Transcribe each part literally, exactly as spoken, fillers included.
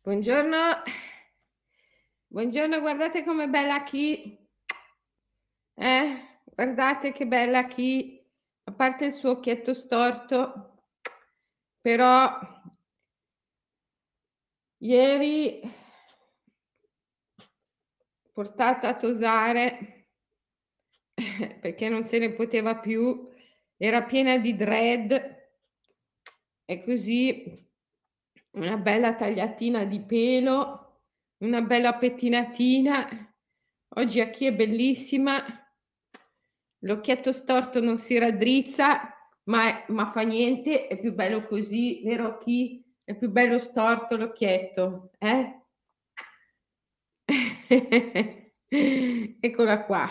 Buongiorno. Buongiorno, guardate com'è bella Chi. Eh, guardate che bella Chi, a parte il suo occhietto storto, però ieri portata a tosare perché non se ne poteva più, era piena di dread e così una bella tagliatina di pelo, una bella pettinatina. Oggi a Chi è bellissima. L'occhietto storto non si raddrizza, ma è ma fa niente, è più bello così, vero Chi? È più bello storto l'occhietto, eh? Eccola qua.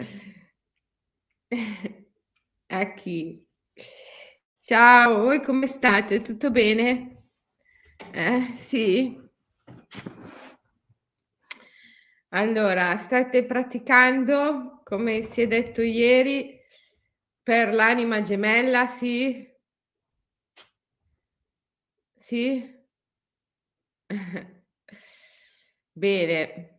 A Chi. Ciao, voi come state? Tutto bene? Eh, sì? Allora, state praticando, come si è detto ieri, per l'anima gemella, sì? Sì? Bene.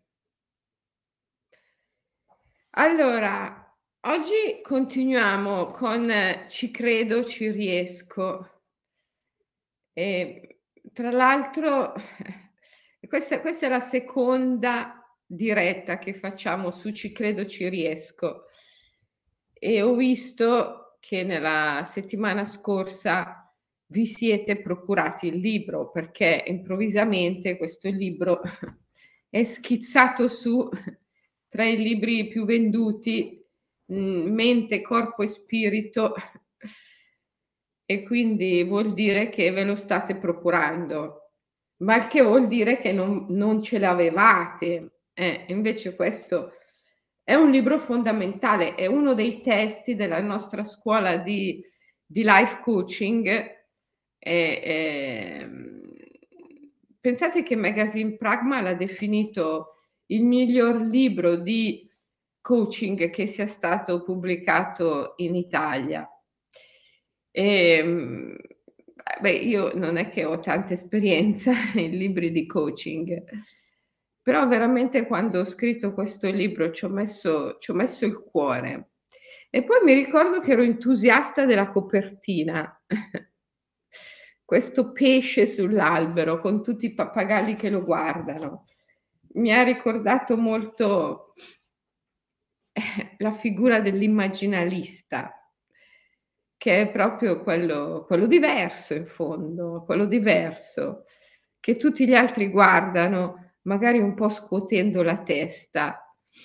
Allora, oggi continuiamo con Ci credo, ci riesco. Ehm, tra l'altro questa questa è la seconda diretta che facciamo su Ci credo, ci riesco. E ho visto che nella settimana scorsa vi siete procurati il libro, perché improvvisamente questo libro è schizzato su tra i libri più venduti, mhmm, mente, corpo e spirito, e quindi vuol dire che ve lo state procurando, ma il che vuol dire che non non ce l'avevate. Eh, invece questo è un libro fondamentale, è uno dei testi della nostra scuola di di life coaching, e, ehm, pensate che Magazine Pragma l'ha definito il miglior libro di coaching che sia stato pubblicato in Italia. Ehm, eh, beh, io non è che ho tanta esperienza in libri di coaching, però veramente quando ho scritto questo libro ci ho messo ci ho messo il cuore. E poi mi ricordo che ero entusiasta della copertina. Questo pesce sull'albero con tutti i pappagalli che lo guardano. Mi ha ricordato molto la figura dell'immaginalista, che è proprio quello quello diverso in fondo, quello diverso, che tutti gli altri guardano, magari un po' scuotendo la testa,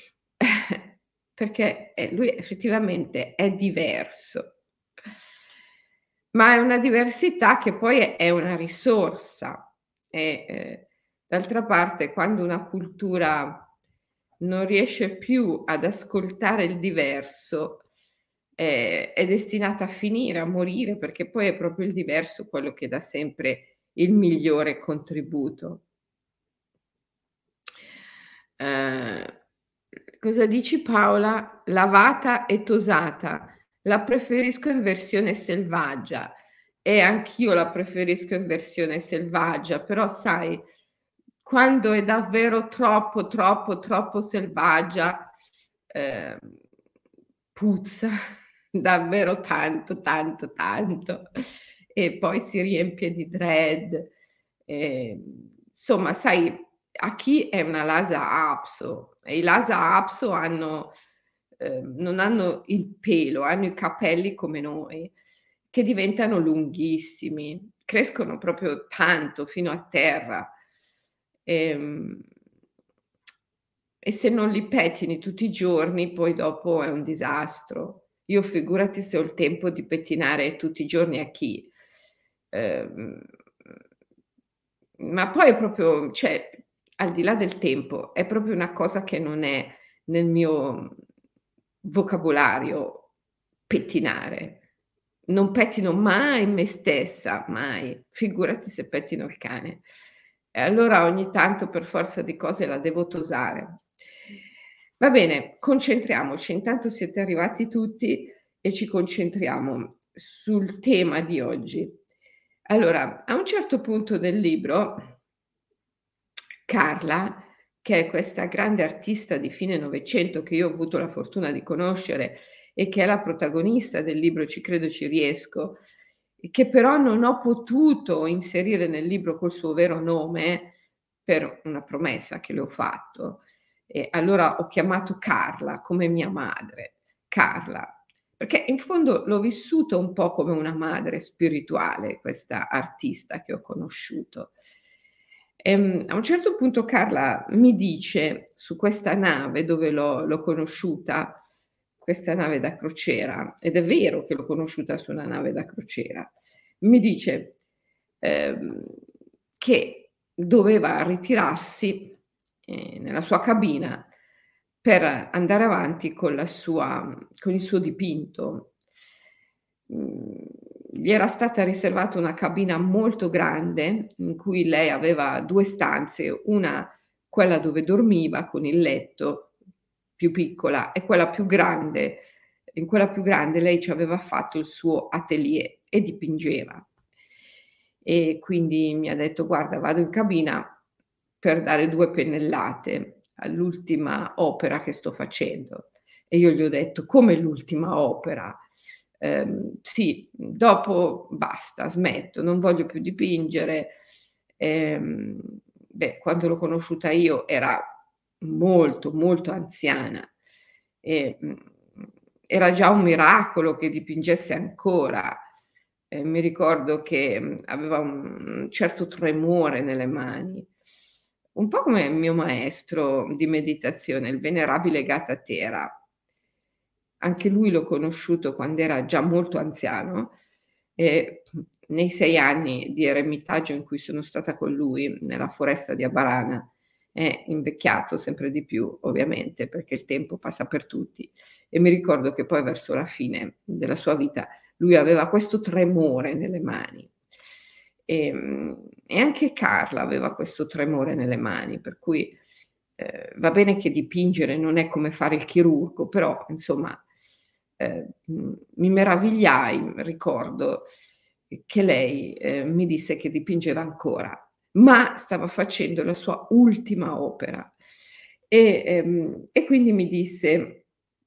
perché, eh, lui effettivamente è diverso. Ma è una diversità che poi è è una risorsa e, ehm, d'altra parte quando una cultura non riesce più ad ascoltare il diverso, ehm, è destinata a finire, a morire, perché poi è proprio il diverso quello che dà sempre il migliore contributo. Ehm, cosa dici Paola? Lavata e tosata. La preferisco in versione selvaggia. E anch'io la preferisco in versione selvaggia, però sai, quando è davvero troppo, troppo, troppo selvaggia, ehm, puzza davvero tanto, tanto, tanto e poi si riempie di dread. Ehm, insomma sai, a Chi è una Lhasa Apso e i Lhasa Apso hanno ehm, non hanno il pelo, hanno i capelli come noi, che diventano lunghissimi, crescono proprio tanto fino a terra. Ehm, e se non li pettini tutti i giorni, poi dopo è un disastro. Io figurati se ho il tempo di pettinare tutti i giorni a Chi. Ehm, ma poi è proprio cioè, al di là del tempo, è proprio una cosa che non è nel mio vocabolario pettinare. Non pettino mai me stessa, mai. Figurati se pettino il cane. E allora ogni tanto per forza di cose la devo tosare. Va bene, concentriamoci. Intanto siete arrivati tutti e ci concentriamo sul tema di oggi. Allora, a un certo punto del libro Carla, che è questa grande artista di fine Novecento che io ho avuto la fortuna di conoscere e che è la protagonista del libro Ci credo, ci riesco, e che però non ho potuto inserire nel libro col suo vero nome per una promessa che le ho fatto. E allora ho chiamato Carla come mia madre, Carla, perché in fondo l'ho vissuto un po' come una madre spirituale, questa artista che ho conosciuto. Ehm, a un certo punto Carla mi dice su questa nave dove l'ho l'ho conosciuta, questa nave da crociera, ed è vero che l'ho conosciuta su una nave da crociera, mi dice, ehm, che doveva ritirarsi, ehm, nella sua cabina per andare avanti con la sua con il suo dipinto. Mhmm, Gli era stata riservata una cabina molto grande, in cui lei aveva due stanze, una quella dove dormiva con il letto, più piccola, e quella più grande. In quella più grande lei ci aveva fatto il suo atelier e dipingeva. E quindi mi ha detto: "Guarda, vado in cabina per dare due pennellate all'ultima opera che sto facendo". E io gli ho detto: "Come l'ultima opera?" Ehm, "Sì, dopo basta, smetto, non voglio più dipingere". Ehm, beh, quando l'ho conosciuta io era molto, molto anziana e, mhmm, era già un miracolo che dipingesse ancora. Ehm, mi ricordo che, mhmm, aveva un certo tremore nelle mani, un po' come il mio maestro di meditazione, il venerabile Gatatera. Anche lui l'ho conosciuto quand'era già molto anziano e, mhmm, nei sei anni di eremitaggio in cui sono stata con lui nella foresta di Abarana, è invecchiato sempre di più, ovviamente, perché il tempo passa per tutti. E mi ricordo che poi verso la fine della sua vita lui aveva questo tremore nelle mani. Ehm, e anche Carla aveva questo tremore nelle mani, per cui, ehm, va bene che dipingere non è come fare il chirurgo, però insomma, ehm, mhmm, mi meravigliai, ricordo, che lei, ehm, mi disse che dipingeva ancora, ma stava facendo la sua ultima opera. E, ehm, e quindi mi disse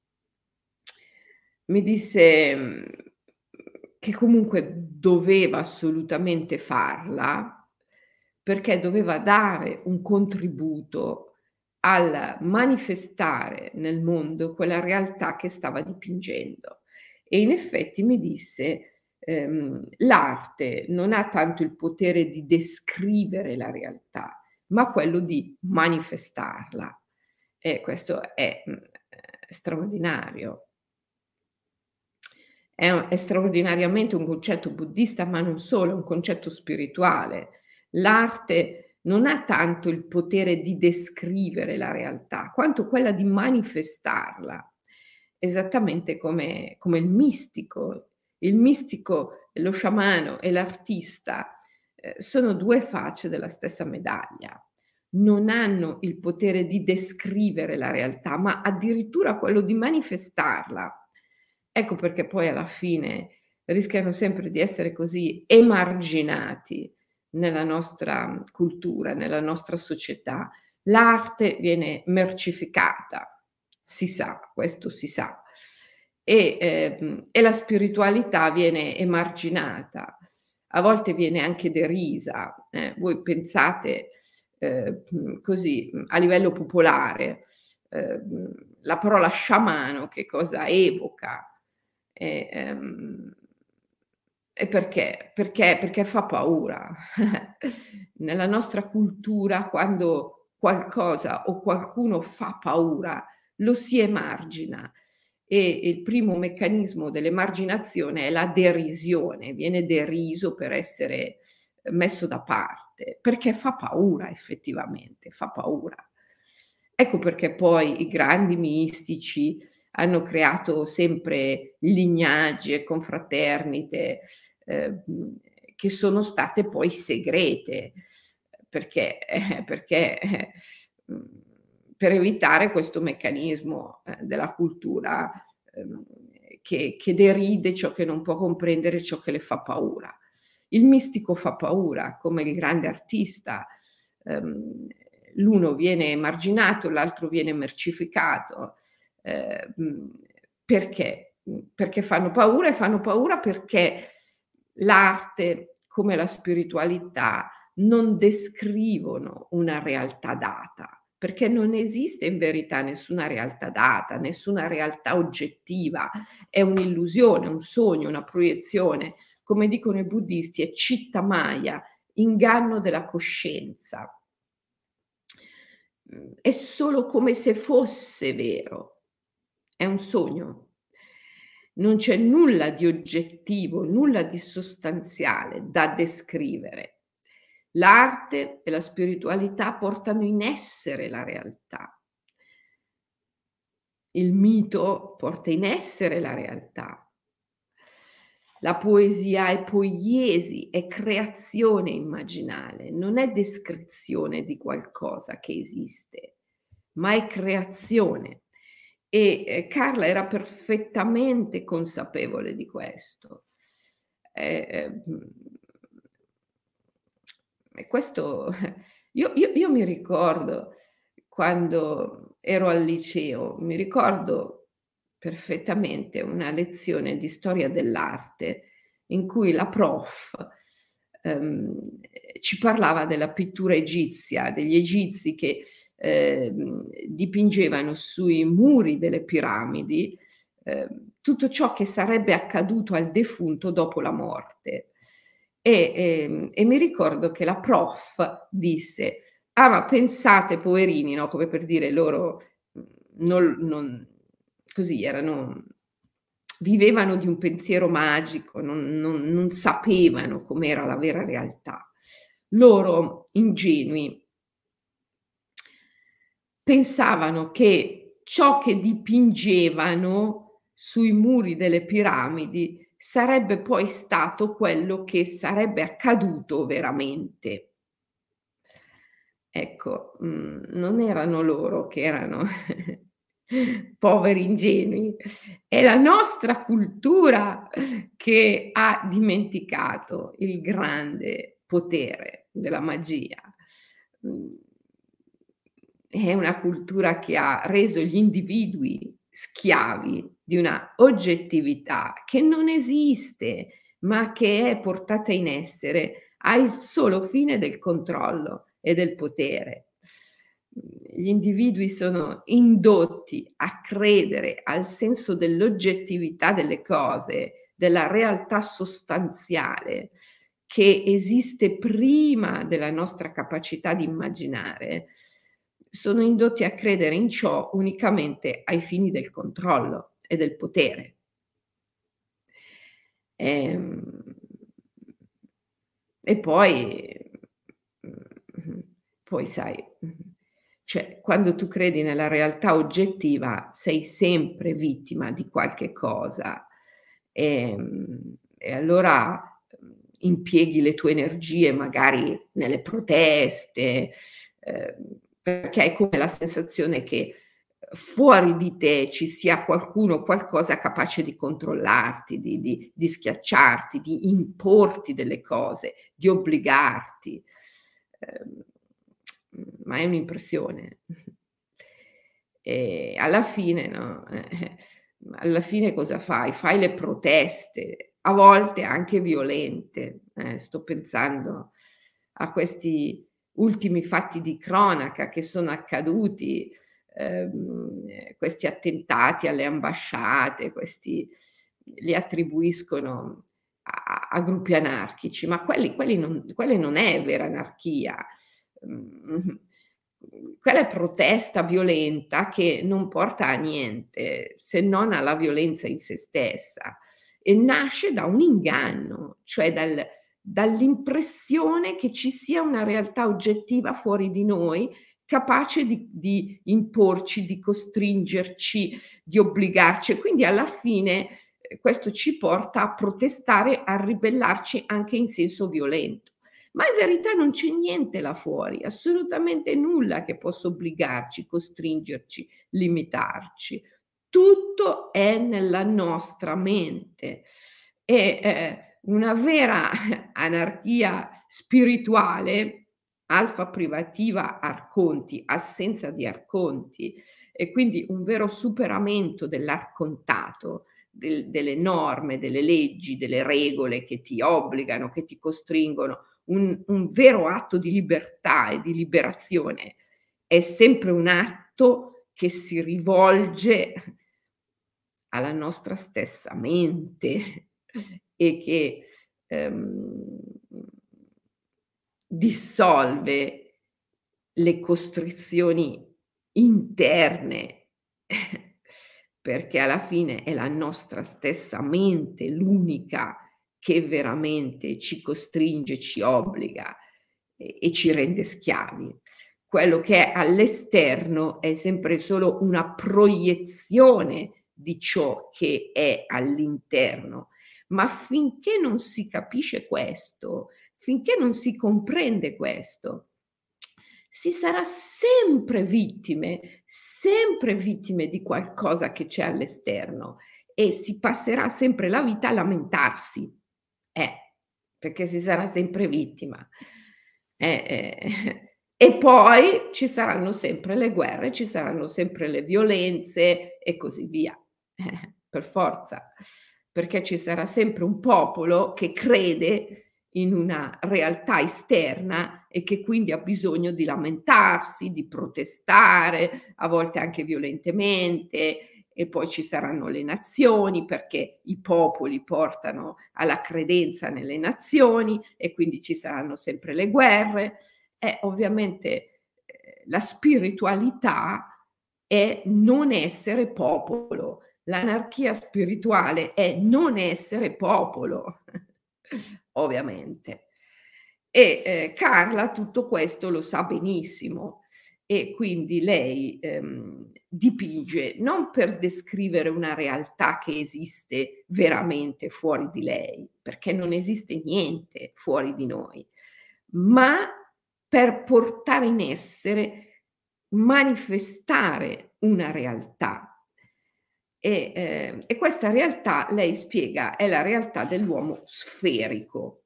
mi disse, mhmm, che comunque doveva assolutamente farla, perché doveva dare un contributo al manifestare nel mondo quella realtà che stava dipingendo. E in effetti mi disse, ehm: "L'arte non ha tanto il potere di descrivere la realtà, ma quello di manifestarla". E questo è, mhmm, straordinario. È un è straordinariamente un concetto buddista, ma non solo, è un concetto spirituale. L'arte non ha tanto il potere di descrivere la realtà, quanto quella di manifestarla, esattamente come come il mistico. Il mistico, lo sciamano e l'artista, ehm, sono due facce della stessa medaglia. Non hanno il potere di descrivere la realtà, ma addirittura quello di manifestarla. Ecco perché poi alla fine rischiano sempre di essere così emarginati nella nostra cultura, nella nostra società. L'arte viene mercificata, si sa, questo si sa, e, ehm, e la spiritualità viene emarginata, a volte viene anche derisa. Eh, voi pensate, ehm, mhmm, così, mhmm, a livello popolare, ehm, la parola sciamano che cosa evoca? E, ehm, e perché? Perché perché fa paura. Nella nostra cultura quando qualcosa o qualcuno fa paura, lo si emargina e il primo meccanismo dell'emarginazione è la derisione, viene deriso per essere messo da parte, perché fa paura effettivamente, fa paura. Ecco perché poi i grandi mistici hanno creato sempre lignaggi e confraternite, ehm, che sono state poi segrete, perché eh, perché, eh, mhmm, per evitare questo meccanismo, ehm, della cultura, ehm, che che deride ciò che non può comprendere, ciò che le fa paura. Il mistico fa paura, come il grande artista. Ehm, l'uno viene emarginato, l'altro viene mercificato. Ehm, mhmm, perché? Mhmm, perché fanno paura e fanno paura perché l'arte, come la spiritualità, non descrivono una realtà data, perché non esiste in verità nessuna realtà data, nessuna realtà oggettiva, è un'illusione, un sogno, una proiezione. Come dicono i buddisti, è citta maya, inganno della coscienza. Mhmm, è solo come se fosse vero, è un sogno. Non c'è nulla di oggettivo, nulla di sostanziale da descrivere. L'arte e la spiritualità portano in essere la realtà. Il mito porta in essere la realtà. La poesia è poiesi, è creazione immaginale, non è descrizione di qualcosa che esiste, ma è creazione. E, ehm, Carla era perfettamente consapevole di questo. Ehm, mhmm, e questo io io io mi ricordo quando ero al liceo, mi ricordo perfettamente una lezione di storia dell'arte in cui la prof, ehm, ci parlava della pittura egizia, degli egizi che, ehm, dipingevano sui muri delle piramidi, ehm, tutto ciò che sarebbe accaduto al defunto dopo la morte. E, ehm, e mi ricordo che la prof disse: "Ah, ma pensate poverini", no, come per dire loro, mhmm, non non così erano vivevano di un pensiero magico, non non non sapevano com'era la vera realtà. Loro ingenui pensavano che ciò che dipingevano sui muri delle piramidi sarebbe poi stato quello che sarebbe accaduto veramente. Ecco, mhmm, non erano loro che erano poveri ingenui, è la nostra cultura che ha dimenticato il grande potere della magia. Mhmm, è una cultura che ha reso gli individui schiavi di una oggettività che non esiste, ma che è portata in essere ha il solo fine del controllo e del potere. Mhmm, gli individui sono indotti a credere al senso dell'oggettività delle cose, della realtà sostanziale che esiste prima della nostra capacità di immaginare, sono indotti a credere in ciò unicamente ai fini del controllo e del potere. Ehm E poi, mhmm, poi sai, mhmm, cioè quando tu credi nella realtà oggettiva sei sempre vittima di qualche cosa, ehm, e allora, mhmm, impieghi le tue energie magari nelle proteste, ehm, perché hai come la sensazione che fuori di te ci sia qualcuno o qualcosa capace di controllarti, di di di schiacciarti, di importi delle cose, di obbligarti. Ehm, ma è un'impressione. E alla fine, no, eh, eh, alla fine cosa fai? Fai le proteste, a volte anche violente. Eh, sto pensando a questi ultimi fatti di cronaca che sono accaduti, ehm, questi attentati alle ambasciate, questi li attribuiscono a a gruppi anarchici, ma quelli quelli non quelle non è vera anarchia. Mhmm, quella è protesta violenta che non porta a niente, se non alla violenza in sé stessa e nasce da un inganno, cioè dal dall'impressione che ci sia una realtà oggettiva fuori di noi, capace di di imporci, di costringerci, di obbligarci e quindi alla fine, ehm, questo ci porta a protestare, a ribellarci anche in senso violento. Ma in verità non c'è niente là fuori, assolutamente nulla che possa obbligarci, costringerci, limitarci. Tutto è nella nostra mente e, ehm, una vera anarchia spirituale alfa privativa arconti, assenza di arconti, e quindi un vero superamento dell'arcontato, del delle norme, delle leggi, delle regole che ti obbligano, che ti costringono, un un vero atto di libertà e di liberazione. È sempre un atto che si rivolge alla nostra stessa mente e che, ehm, dissolve le costrizioni interne, perché alla fine è la nostra stessa mente l'unica che veramente ci costringe, ci obbliga e e ci rende schiavi. Quello che è all'esterno è sempre solo una proiezione di ciò che è all'interno, ma finché non si capisce questo, finché non si comprende questo, si sarà sempre vittime, sempre vittime di qualcosa che c'è all'esterno e si passerà sempre la vita a lamentarsi. Eh, perché si sarà sempre vittima. Eh, eh, e poi ci saranno sempre le guerre, ci saranno sempre le violenze e così via. Eh, per forza, perché ci sarà sempre un popolo che crede in una realtà esterna e che quindi ha bisogno di lamentarsi, di protestare, a volte anche violentemente, e poi ci saranno le nazioni perché i popoli portano alla credenza nelle nazioni e quindi ci saranno sempre le guerre. E ovviamente, ehm, la spiritualità è non essere popolo. L'anarchia spirituale è non essere popolo, ovviamente. E, ehm, Carla tutto questo lo sa benissimo e quindi lei, ehm, dipinge non per descrivere una realtà che esiste veramente fuori di lei, perché non esiste niente fuori di noi, ma per portare in essere, manifestare una realtà. E, ehm, e questa realtà, lei spiega, è la realtà dell'uomo sferico.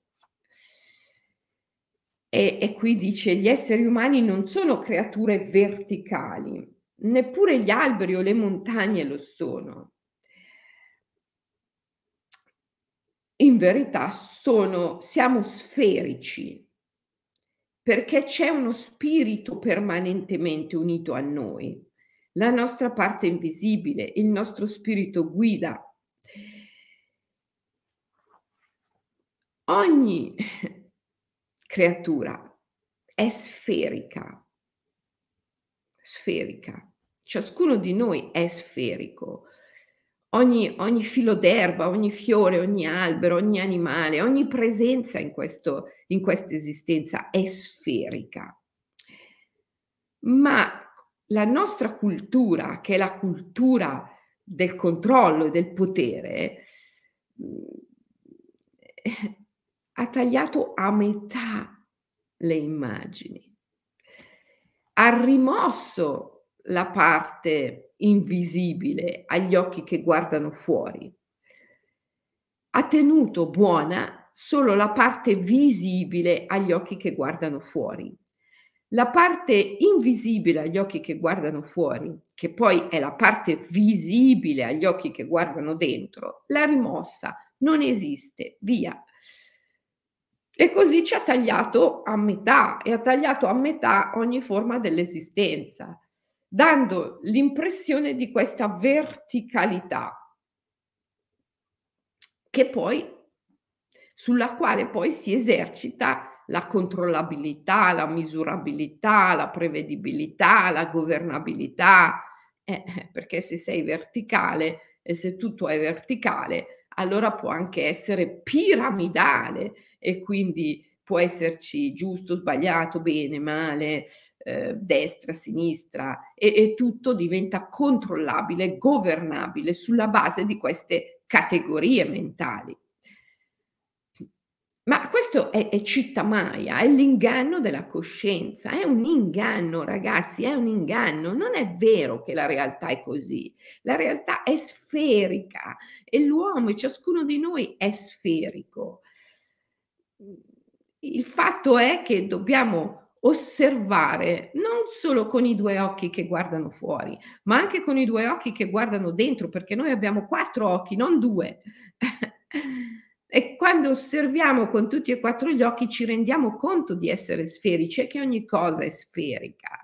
E e qui dice: "Gli esseri umani non sono creature verticali, neppure gli alberi o le montagne lo sono. In verità sono siamo sferici, perché c'è uno spirito permanentemente unito a noi, la nostra parte invisibile, il nostro spirito guida. Ogni creatura è sferica, sferica. Ciascuno di noi è sferico. Ogni ogni filo d'erba, ogni fiore, ogni albero, ogni animale, ogni presenza in questo in questa esistenza è sferica. Ma la nostra cultura, che è la cultura del controllo e del potere, mhmm, eh, ha tagliato a metà le immagini. Ha rimosso la parte invisibile agli occhi che guardano fuori. Ha tenuto buona solo la parte visibile agli occhi che guardano fuori. La parte invisibile agli occhi che guardano fuori, che poi è la parte visibile agli occhi che guardano dentro, l'ha rimossa, non esiste, via. E così ci ha tagliato a metà e ha tagliato a metà ogni forma dell'esistenza, dando l'impressione di questa verticalità che poi sulla quale poi si esercita la controllabilità, la misurabilità, la prevedibilità, la governabilità, eh, eh, perché se sei verticale e se tutto è verticale, allora può anche essere piramidale e quindi può esserci giusto, sbagliato, bene, male, ehm, destra, sinistra e e tutto diventa controllabile, governabile sulla base di queste categorie mentali. Ma questo è è Citta Maia, è l'inganno della coscienza, è un inganno ragazzi, è un inganno. Non è vero che la realtà è così. La realtà è sferica e l'uomo e ciascuno di noi è sferico. Mhmm, il fatto è che dobbiamo osservare non solo con i due occhi che guardano fuori, ma anche con i due occhi che guardano dentro, perché noi abbiamo quattro occhi, non due. E quando osserviamo con tutti e quattro gli occhi ci rendiamo conto di essere sferici e che ogni cosa è sferica.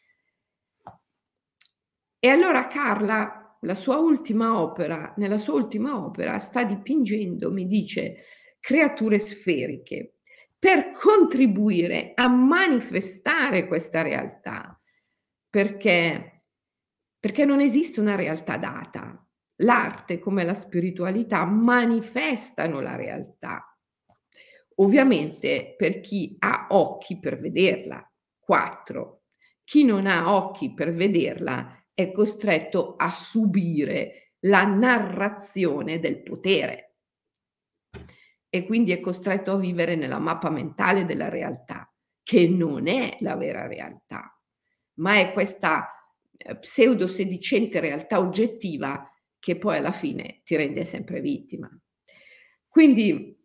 E allora Carla, la sua ultima opera nella sua ultima opera sta dipingendo, mi dice, creature sferiche per contribuire a manifestare questa realtà, perché perché non esiste una realtà data. L'arte, come la spiritualità, manifestano la realtà. Ovviamente per chi ha occhi per vederla, quattro. Chi non ha occhi per vederla è costretto a subire la narrazione del potere e quindi è costretto a vivere nella mappa mentale della realtà, che non è la vera realtà, ma è questa eh, pseudo sedicente realtà oggettiva che poi alla fine ti rende sempre vittima. Quindi,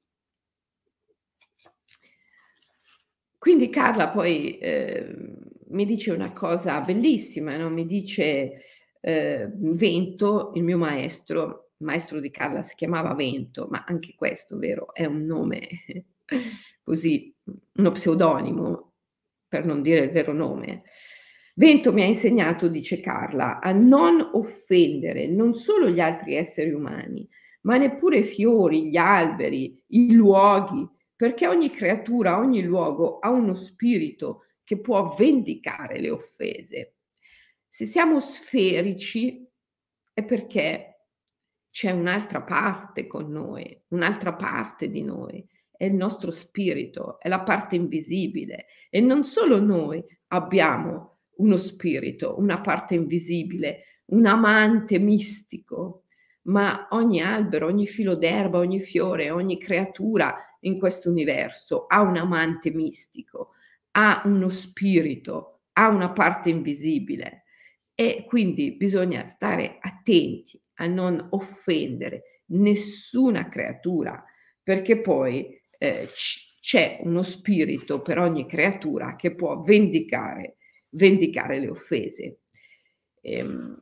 quindi Carla poi eh, mi dice una cosa bellissima, no? Mi dice eh, Vento, il mio maestro, il maestro di Carla si chiamava Vento, ma anche questo, vero, è un nome così, uno pseudonimo, per non dire il vero nome. Vento mi ha insegnato, dice Carla, a non offendere non solo gli altri esseri umani, ma neppure i fiori, gli alberi, i luoghi, perché ogni creatura, ogni luogo ha uno spirito che può vendicare le offese. Se siamo sferici è perché c'è un'altra parte con noi, un'altra parte di noi, è il nostro spirito, è la parte invisibile e non solo noi abbiamo uno spirito, una parte invisibile, un amante mistico, ma ogni albero, ogni filo d'erba, ogni fiore, ogni creatura in questo universo ha un amante mistico, ha uno spirito, ha una parte invisibile e quindi bisogna stare attenti a non offendere nessuna creatura, perché poi eh, c- c'è uno spirito per ogni creatura che può vendicare, vendicare le offese. Ehm,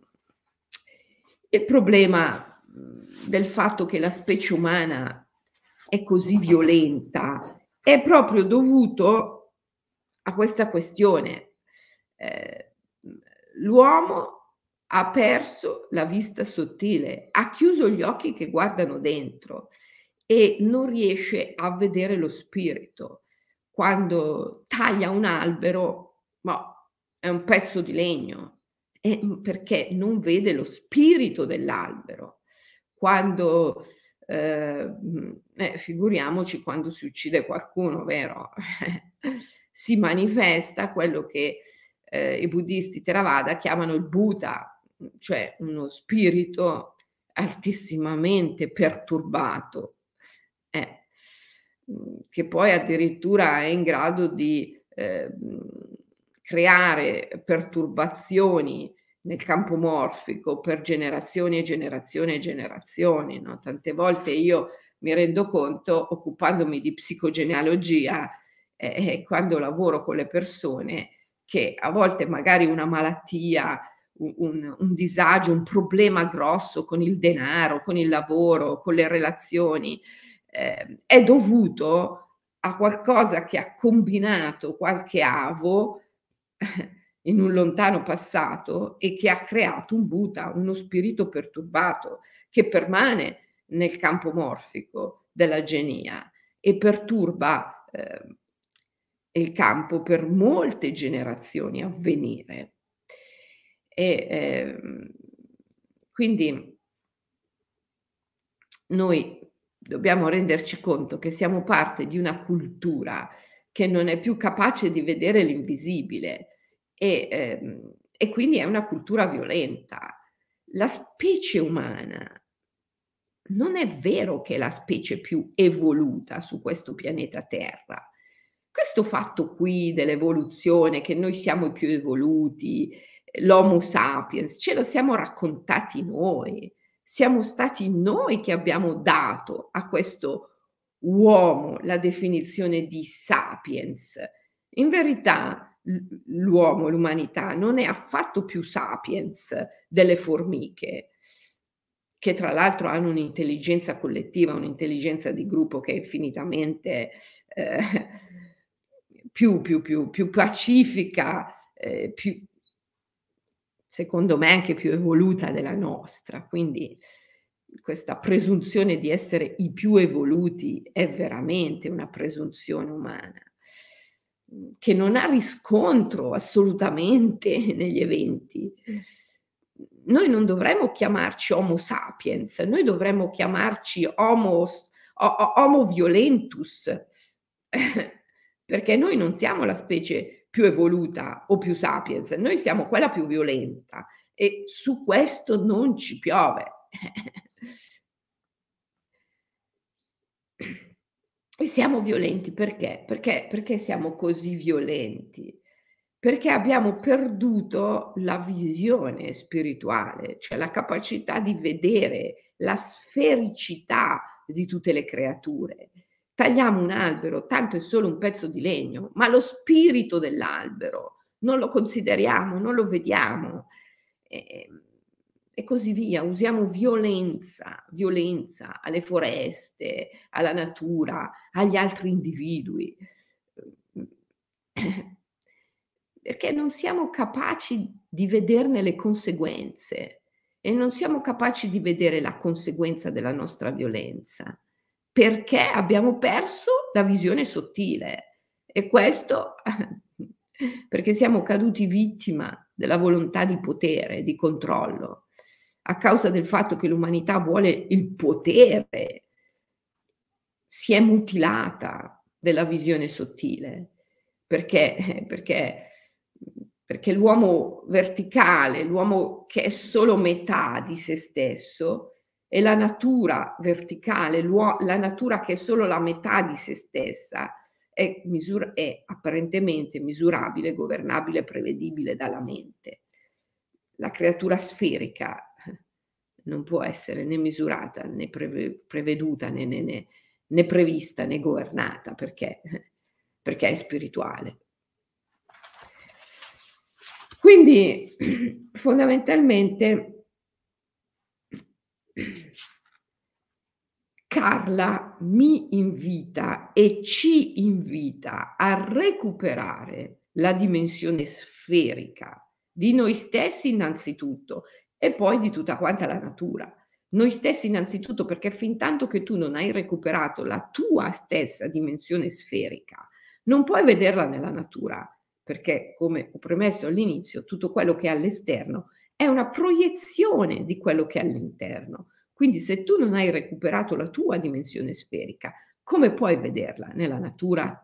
il problema mh, del fatto che la specie umana è così violenta è proprio dovuto a questa questione. Eh, l'uomo ha perso la vista sottile, ha chiuso gli occhi che guardano dentro e non riesce a vedere lo spirito. Quando taglia un albero, ma è un pezzo di legno, eh, perché non vede lo spirito dell'albero. Quando eh, eh, figuriamoci quando si uccide qualcuno, vero? Si manifesta quello che eh, i buddisti Theravada chiamano il Bhuta, cioè uno spirito altissimamente perturbato, eh, che poi addirittura è in grado di eh, creare perturbazioni nel campo morfico per generazioni e generazioni e generazioni, no? Tante volte io mi rendo conto, occupandomi di psicogenealogia, eh, quando lavoro con le persone, che a volte magari una malattia, un, un, un disagio, un problema grosso con il denaro, con il lavoro, con le relazioni, eh, è dovuto a qualcosa che ha combinato qualche avo in un lontano passato e che ha creato un Bhuta, uno spirito perturbato che permane nel campo morfico della genia e perturba eh, il campo per molte generazioni a venire. E, ehm, quindi noi dobbiamo renderci conto che siamo parte di una cultura che non è più capace di vedere l'invisibile e, ehm, e quindi è una cultura violenta. La specie umana non è vero che è la specie più evoluta su questo pianeta Terra. Questo fatto qui dell'evoluzione, che noi siamo i più evoluti, l'Homo sapiens, ce lo siamo raccontati noi. Siamo stati noi che abbiamo dato a questo uomo la definizione di sapiens. In verità l l'uomo, l'umanità non è affatto più sapiens delle formiche, che tra l'altro hanno un'intelligenza collettiva, un'intelligenza di gruppo che è infinitamente, ehm, più più più più pacifica, ehm, più secondo me anche più evoluta della nostra. Quindi questa presunzione di essere i più evoluti è veramente una presunzione umana, mhmm, che non ha riscontro assolutamente negli eventi. Noi non dovremmo chiamarci Homo sapiens, noi dovremmo chiamarci Homo s Ho Ho Homo violentus, perché noi non siamo la specie più evoluta o più sapiens, noi siamo quella più violenta e su questo non ci piove. E siamo violenti perché? Perché perché siamo così violenti? Perché abbiamo perduto la visione spirituale, cioè la capacità di vedere la sfericità di tutte le creature. Tagliamo un albero, tanto è solo un pezzo di legno, ma lo spirito dell'albero non lo consideriamo, non lo vediamo. Ehm, e così via. Usiamo violenza, violenza alle foreste, alla natura, agli altri individui. Uhm, perché non siamo capaci di vederne le conseguenze e non siamo capaci di vedere la conseguenza della nostra violenza, perché abbiamo perso la visione sottile e questo perché siamo caduti vittima della volontà di potere, di controllo, a causa del fatto che l'umanità vuole il potere, si è mutilata della visione sottile, perché eh, perché mhmm, perché l'uomo verticale, l'uomo che è solo metà di se stesso e la natura verticale, l'uo la natura che è solo la metà di se stessa è misura è apparentemente misurabile, governabile, prevedibile dalla mente. La creatura sferica eh, non può essere né misurata, né preve preveduta, né né né né prevista, né governata perché eh, perché è spirituale. Quindi fondamentalmente Carla mi invita e ci invita a recuperare la dimensione sferica di noi stessi innanzitutto e poi di tutta quanta la natura. Noi stessi innanzitutto perché fintanto che tu non hai recuperato la tua stessa dimensione sferica, non puoi vederla nella natura, perché come ho premesso all'inizio, tutto quello che è all'esterno è una proiezione di quello che è all'interno. Quindi se tu non hai recuperato la tua dimensione sferica, come puoi vederla nella natura?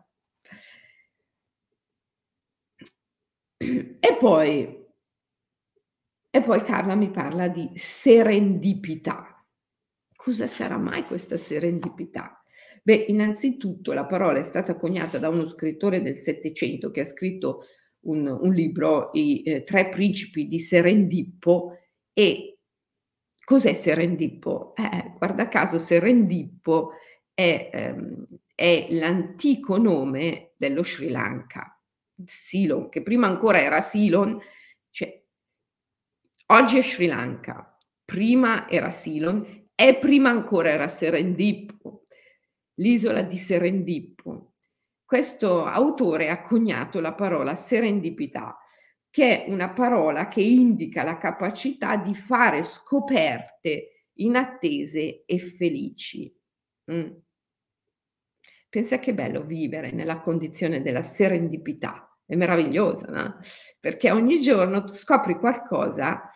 E poi e poi Carla mi parla di serendipità. Cosa sarà mai questa serendipità? Beh, innanzitutto la parola è stata coniata da uno scrittore del Settecento che ha scritto un un libro, I, ehm, Tre principi di Serendippo e cos'è Serendippo? Eh, eh, guarda caso Serendippo è ehm, è l'antico nome dello Sri Lanka, Ceylon, che prima ancora era Ceylon, cioè oggi è Sri Lanka, prima era Ceylon e prima ancora era Serendippo, l'isola di Serendippo. Questo autore ha coniato la parola serendipità, che è una parola che indica la capacità di fare scoperte inattese e felici. Mh. Pensa che bello vivere nella condizione della serendipità. È meraviglioso, no, perché ogni giorno tu scopri qualcosa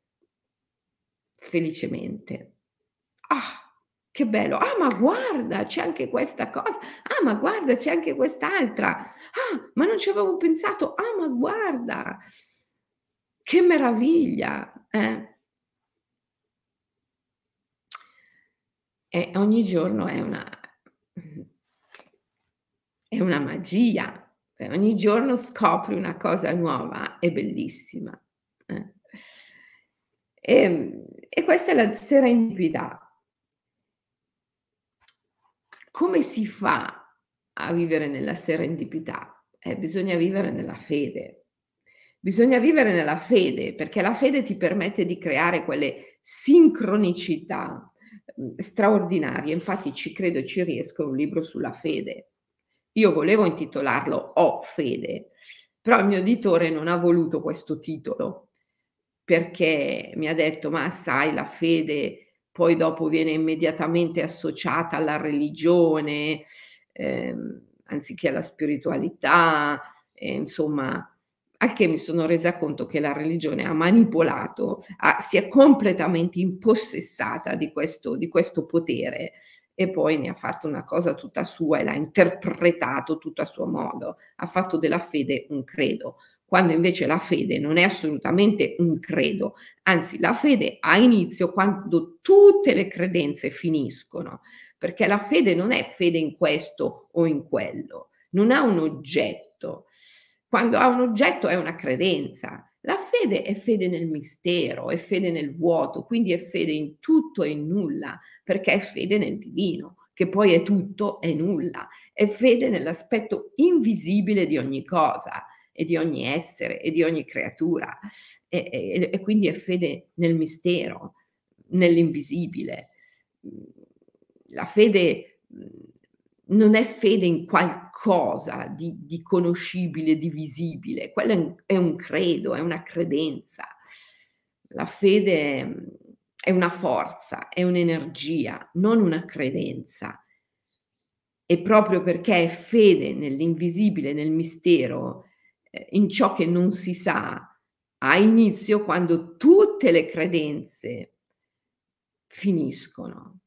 felicemente. "Ah, che bello! Ah, ma guarda, c'è anche questa cosa. Ah, ma guarda, c'è anche quest'altra. Ah, ma non ci avevo pensato. Ah, ma guarda, che meraviglia!" Eh? E ogni giorno è una mhmm, è una magia. E ogni giorno scopri una cosa nuova e bellissima, eh. Ehm, e questa è la serendipità. Come si fa a vivere nella serendipità? Eh, bisogna vivere nella fede. Bisogna vivere nella fede, perché la fede ti permette di creare quelle sincronicità, mhmm, straordinarie. Infatti Ci credo e ci riesco è un libro sulla fede. Io volevo intitolarlo Ho fede, però il mio editore non ha voluto questo titolo, perché mi ha detto: "Ma sai, la fede poi dopo viene immediatamente associata alla religione, ehm, anziché alla spiritualità", e insomma, al che mi sono resa conto che la religione ha manipolato, ha si è completamente impossessata di questo di questo potere e poi ne ha fatto una cosa tutta sua e l'ha interpretato tutto a suo modo. Ha fatto della fede un credo, quando invece la fede non è assolutamente un credo, anzi la fede ha inizio quando tutte le credenze finiscono, perché la fede non è fede in questo o in quello, non ha un oggetto. Quando ha un oggetto è una credenza. La fede è fede nel mistero, è fede nel vuoto, quindi è fede in tutto e in nulla, perché è fede nel divino, che poi è tutto e nulla. È fede nell'aspetto invisibile di ogni cosa e di ogni essere e di ogni creatura e e e quindi è fede nel mistero, nell'invisibile. Mhmm, la fede, mhmm, non è fede in qualcosa di di conoscibile, di visibile, quello è un è un credo, è una credenza. La fede, mhmm, è una forza, è un'energia, non una credenza. E proprio perché è fede nell'invisibile, nel mistero, ehm, in ciò che non si sa, ha inizio quando tutte le credenze finiscono.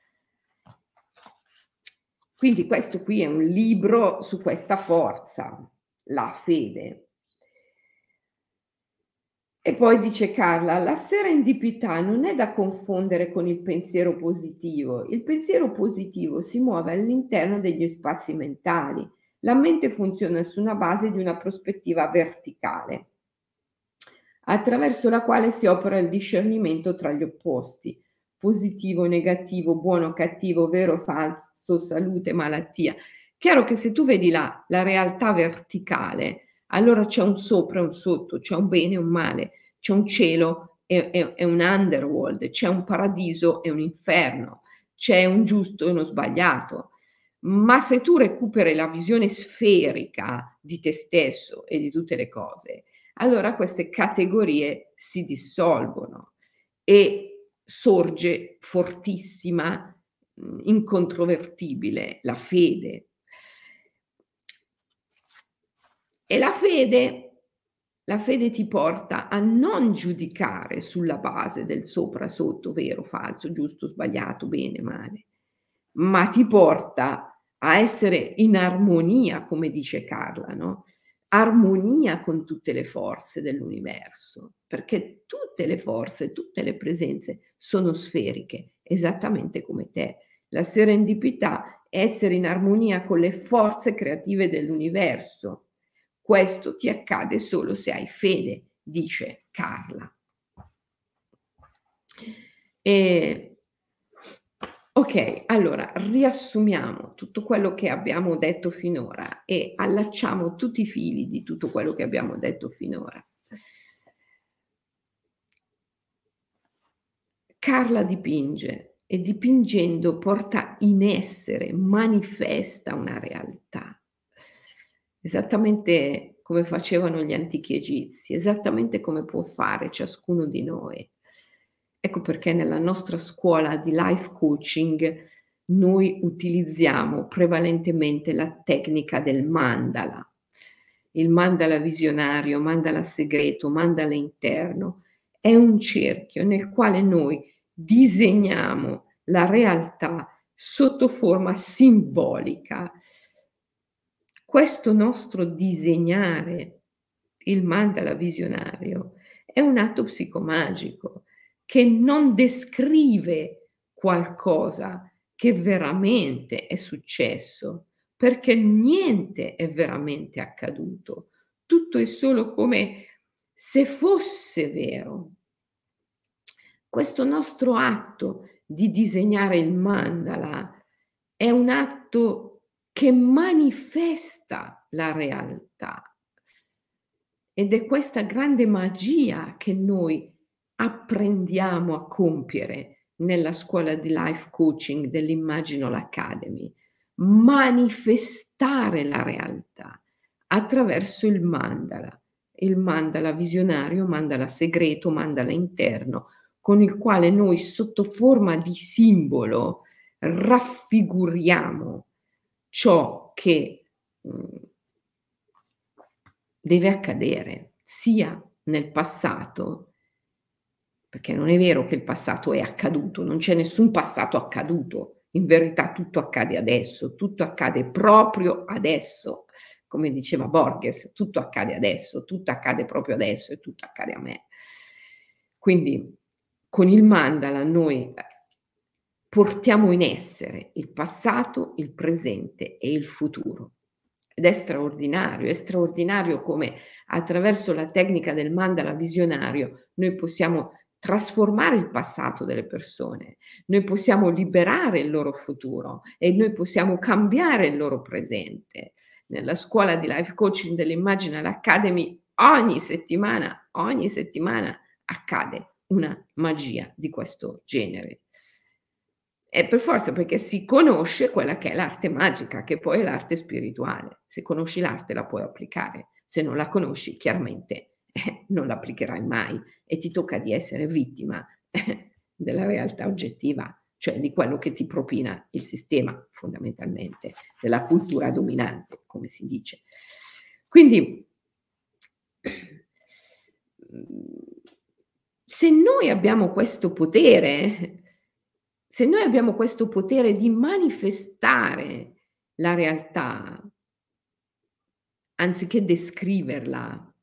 Quindi questo qui è un libro su questa forza, la fede. E poi dice Carla: "La serendipità non è da confondere con il pensiero positivo. Il pensiero positivo si muove all'interno degli spazi mentali. La mente funziona su una base di una prospettiva verticale, attraverso la quale si opera il discernimento tra gli opposti, positivo, negativo, buono, cattivo, vero, falso, salute, malattia. Chiaro che se tu vedi la, la realtà verticale, allora c'è un sopra e un sotto, c'è un bene e un male, c'è un cielo e, e- e un underworld, c'è un paradiso e un inferno, c'è un giusto e uno sbagliato. Ma se tu recuperi la visione sferica di te stesso e di tutte le cose, allora queste categorie si dissolvono e sorge fortissima, mhmm, incontrovertibile la fede. E la fede la fede ti porta a non giudicare sulla base del sopra, sotto, vero, falso, giusto, sbagliato, bene, male, ma ti porta a essere in armonia, come dice Carla, no, armonia con tutte le forze dell'universo, perché tutte le forze, tutte le presenze sono sferiche, esattamente come te. La serendipità è essere in armonia con le forze creative dell'universo. Questo ti accade solo se hai fede, dice Carla. E okay, allora riassumiamo tutto quello che abbiamo detto finora e allacciamo tutti i fili di tutto quello che abbiamo detto finora. Carla dipinge e dipingendo porta in essere, manifesta una realtà, esattamente come facevano gli antichi egizi, esattamente come può fare ciascuno di noi. Ecco perché nella nostra scuola di life coaching noi utilizziamo prevalentemente la tecnica del mandala. Il mandala visionario, mandala segreto, mandala interno è un cerchio nel quale noi disegniamo la realtà sotto forma simbolica. Questo nostro disegnare il mandala visionario è un atto psicomagico che non descrive qualcosa che veramente è successo, perché niente è veramente accaduto, tutto è solo come se fosse vero. Questo nostro atto di disegnare il mandala è un atto che manifesta la realtà. Ed è questa grande magia che noi apprendiamo a compiere nella scuola di life coaching dell'Imaginal Academy, manifestare la realtà attraverso il mandala, il mandala visionario, mandala segreto, mandala interno, con il quale noi sotto forma di simbolo raffiguriamo ciò che mhmm, deve accadere, sia nel passato, perché non è vero che il passato è accaduto, non c'è nessun passato accaduto. In verità tutto accade adesso, tutto accade proprio adesso. Come diceva Borges, tutto accade adesso, tutto accade proprio adesso e tutto accade a me. Quindi con il mandala noi eh, portiamo in essere il passato, il presente e il futuro. Ed è straordinario, è straordinario come attraverso la tecnica del mandala visionario noi possiamo trasformare il passato delle persone, noi possiamo liberare il loro futuro e noi possiamo cambiare il loro presente. Nella scuola di life coaching dell'Imaginal Academy ogni settimana, ogni settimana accade una magia di questo genere. E per forza, perché si conosce quella che è l'arte magica, che poi è l'arte spirituale. Se conosci l'arte la puoi applicare, se non la conosci chiaramente eh, non l'applicherai mai e ti tocca di essere vittima eh, della realtà oggettiva, cioè di quello che ti propina il sistema fondamentalmente, della cultura dominante, come si dice. Quindi se noi abbiamo questo potere se noi abbiamo questo potere di manifestare la realtà, anziché descriverla,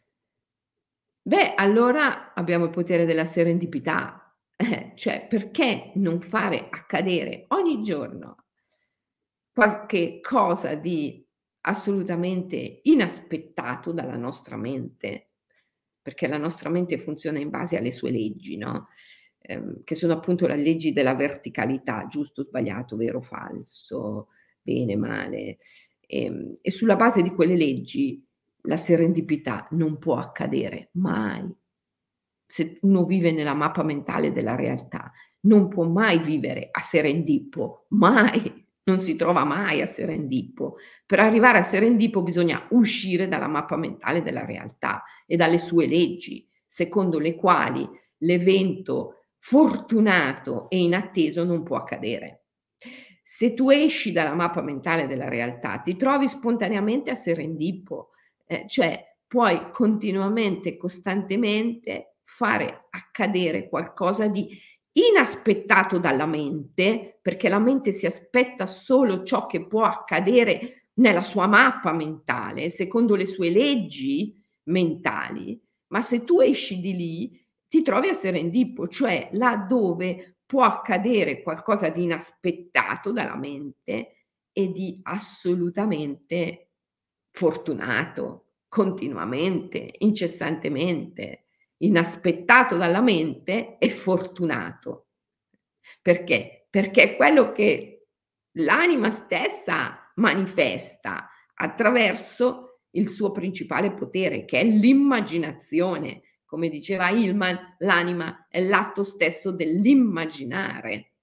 beh, allora abbiamo il potere della serendipità. Eh, cioè, perché non fare accadere ogni giorno qualche cosa di assolutamente inaspettato dalla nostra mente? Perché la nostra mente funziona in base alle sue leggi, no, ehm, che sono appunto le leggi della verticalità, giusto, sbagliato, vero, falso, bene, male. Ehm, e sulla base di quelle leggi la serendipità non può accadere mai. Se uno vive nella mappa mentale della realtà, non può mai vivere a Serendippo, mai, non si trova mai a Serendippo. Per arrivare a Serendippo bisogna uscire dalla mappa mentale della realtà e dalle sue leggi, secondo le quali l'evento fortunato e inatteso non può accadere. Se tu esci dalla mappa mentale della realtà, ti trovi spontaneamente a Serendippo, eh, cioè puoi continuamente e costantemente fare accadere qualcosa di inaspettato dalla mente, perché la mente si aspetta solo ciò che può accadere nella sua mappa mentale, secondo le sue leggi mentali, ma se tu esci di lì ti trovi a Serendippo, cioè là dove può accadere qualcosa di inaspettato dalla mente e di assolutamente fortunato, continuamente, incessantemente, inaspettato dalla mente e fortunato. Perché? Perché è quello che l'anima stessa manifesta attraverso il suo principale potere, che è l'immaginazione. Come diceva Hillman, l'anima è l'atto stesso dell'immaginare.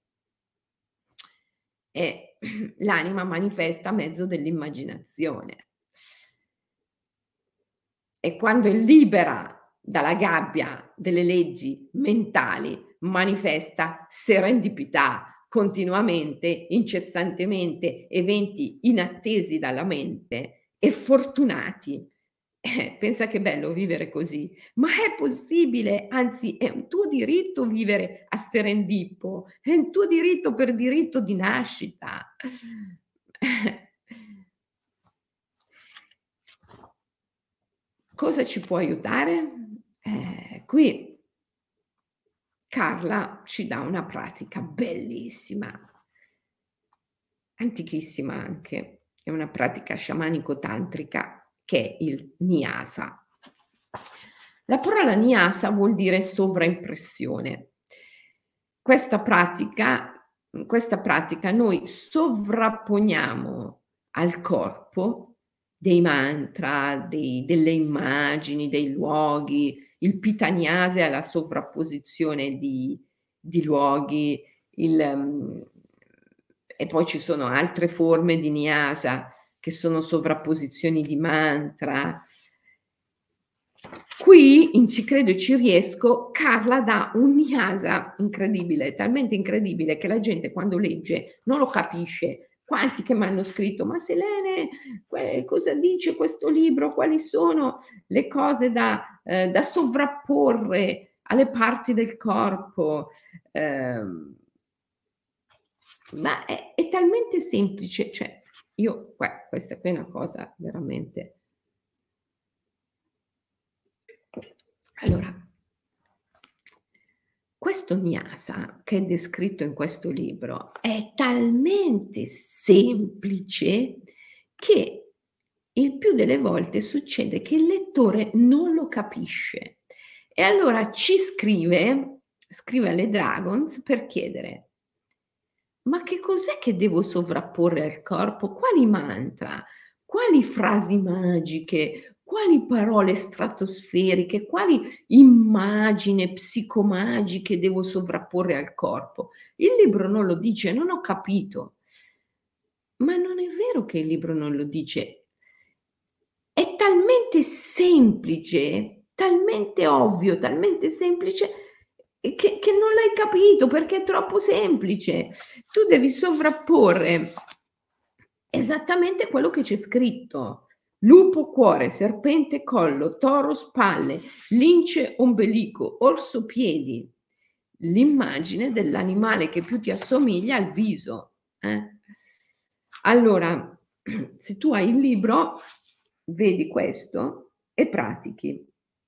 E l'anima manifesta a mezzo dell'immaginazione. E quando è libera dalla gabbia delle leggi mentali, manifesta serendipità continuamente, incessantemente, eventi inattesi dalla mente e fortunati. Eh, pensa che bello vivere così, ma è possibile, anzi è un tuo diritto vivere a Serendippo, è un tuo diritto per diritto di nascita. Cosa ci può aiutare? Eh, qui Carla ci dà una pratica bellissima, antichissima anche, è una pratica sciamanico-tantrica che è il Nyasa. La parola Nyasa vuol dire sovraimpressione. Questa pratica in questa pratica noi sovrapponiamo al corpo dei mantra, dei delle immagini, dei luoghi. Il Pitta Nyasa è la sovrapposizione di di luoghi, il mhmm, e poi ci sono altre forme di Nyasa che sono sovrapposizioni di mantra. Qui in Ci credo e ci riesco, Carla dà un Nyasa incredibile, talmente incredibile che la gente quando legge non lo capisce. Quanti che m'hanno scritto: "Ma Selene, que cosa dice questo libro? Quali sono le cose da ehm, da sovrapporre alle parti del corpo?" Ehm ma è è talmente semplice, cioè io que questa qui è una cosa veramente. Allora, questo Nyasa che è descritto in questo libro è talmente semplice che il più delle volte succede che il lettore non lo capisce e allora ci scrive scrive alle Dragons per chiedere: "Ma che cos'è che devo sovrapporre al corpo? Quali mantra? Quali frasi magiche? Quali parole stratosferiche? Quali immagini psicomagiche devo sovrapporre al corpo?" Il libro non lo dice, non ho capito. Ma non è vero che il libro non lo dice. È talmente semplice, talmente ovvio, talmente semplice, ehm, che che non l'hai capito perché è troppo semplice. Tu devi sovrapporre esattamente quello che c'è scritto. Lupo cuore, serpente collo, toro spalle, lince ombelico, orso piedi. L'immagine dell'animale che più ti assomiglia al viso, eh. Allora, se tu hai il libro, vedi questo e pratichi.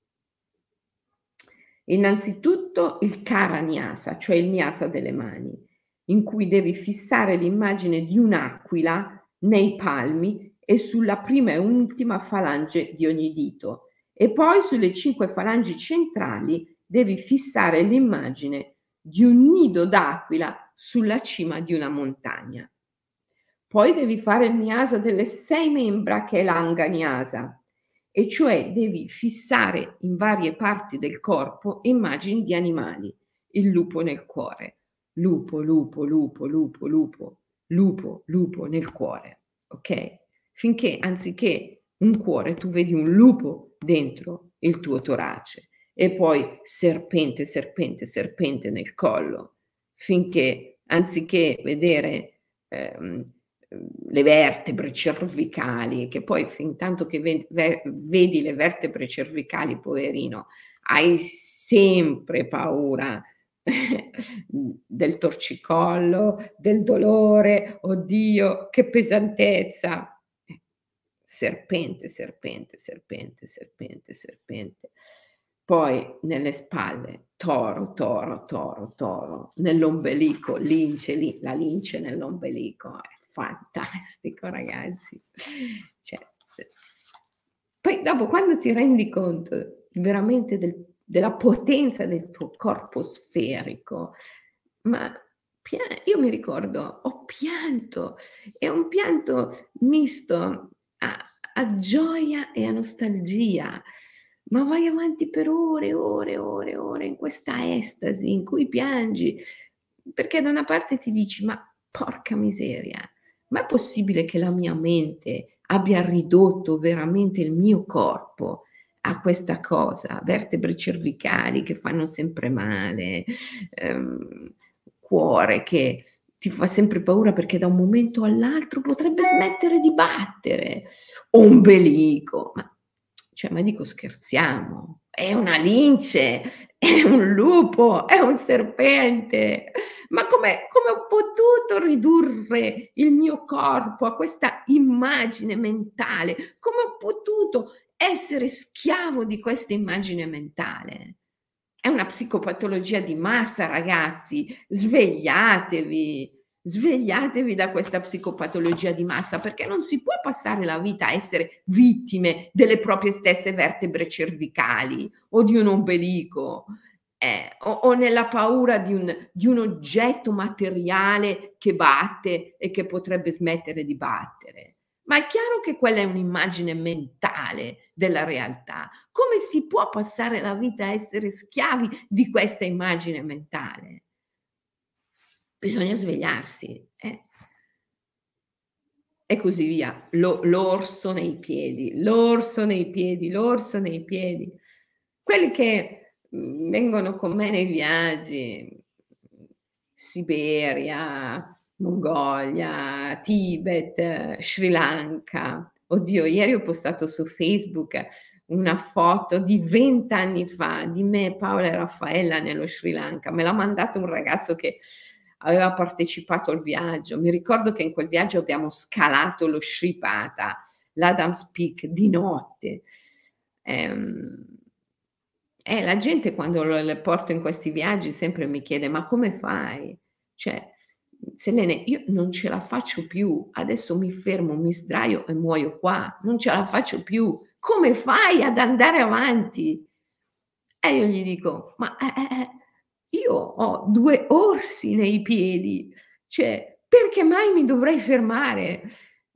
Innanzitutto il Kara Nyasa, cioè il Nyasa delle mani, in cui devi fissare l'immagine di un'aquila nei palmi e sulla prima e ultima falange di ogni dito e poi sulle cinque falangi centrali devi fissare l'immagine di un nido d'aquila sulla cima di una montagna. Poi devi fare il Nyasa delle sei membra che è l'Anga Nyasa, e cioè devi fissare in varie parti del corpo immagini di animali. Il lupo nel cuore, lupo, lupo, lupo, lupo, lupo, lupo, lupo nel cuore, okay? Finché anziché un cuore tu vedi un lupo dentro il tuo torace e poi serpente, serpente, serpente nel collo, finché anziché vedere, ehm Uhm, le vertebre cervicali, che poi fintanto che ve ve vedi le vertebre cervicali, poverino, hai sempre paura del torcicollo, del dolore, "Oddio che pesantezza". Eh, serpente, serpente, serpente, serpente, serpente. Poi nelle spalle toro, toro, toro, toro, nell'ombelico lince, lì la lince nell'ombelico, è fantastico ragazzi. Cioè, ehm, poi dopo quando ti rendi conto veramente del della potenza del tuo corpo sferico, ma pia io mi ricordo, ho pianto, è un pianto misto a a gioia e a nostalgia, ma vai avanti per ore, ore, ore, ore in questa estasi in cui piangi, perché da una parte ti dici: "Ma porca miseria, ma è possibile che la mia mente abbia ridotto veramente il mio corpo a questa cosa? Vertebre cervicali che fanno sempre male, ehm, cuore che ti fa sempre paura perché da un momento all'altro potrebbe smettere di battere, ombelico, ma cioè, ma dico scherziamo? È una lince, è un lupo, è un serpente. Ma come come ho potuto ridurre il mio corpo a questa immagine mentale? Come ho potuto essere schiavo di questa immagine mentale? È una psicopatologia di massa ragazzi, svegliatevi, svegliatevi da questa psicopatologia di massa, perché non si può passare la vita a essere vittime delle proprie stesse vertebre cervicali o di un ombelico, eh, o o nella paura di un di un oggetto materiale che batte e che potrebbe smettere di battere. Ma è chiaro che quella è un'immagine mentale della realtà. Come si può passare la vita a essere schiavi di questa immagine mentale? Bisogna svegliarsi, eh. E così via. L'o l'orso nei piedi, l'orso nei piedi, l'orso nei piedi. Quelli che, mhmm, vengono con me nei viaggi, mhmm, Siberia, Mongolia, Tibet, Sri Lanka. Oddio, ieri ho postato su Facebook una foto di venti anni fa di me, Paola e Raffaella nello Sri Lanka. Me l'ha mandato un ragazzo che aveva partecipato al viaggio. Mi ricordo che in quel viaggio abbiamo scalato lo Sripata, l'Adams Peak di notte. Ehm, eh, la gente quando lo le porto in questi viaggi sempre mi chiede: "Ma come fai?" Cioè, Selene, io non ce la faccio più. Adesso mi fermo, mi sdraio e muoio qua. Non ce la faccio più. Come fai ad andare avanti? E io gli dico: "Ma, eh, eh, eh, io ho due orsi nei piedi, cioè perché mai mi dovrei fermare?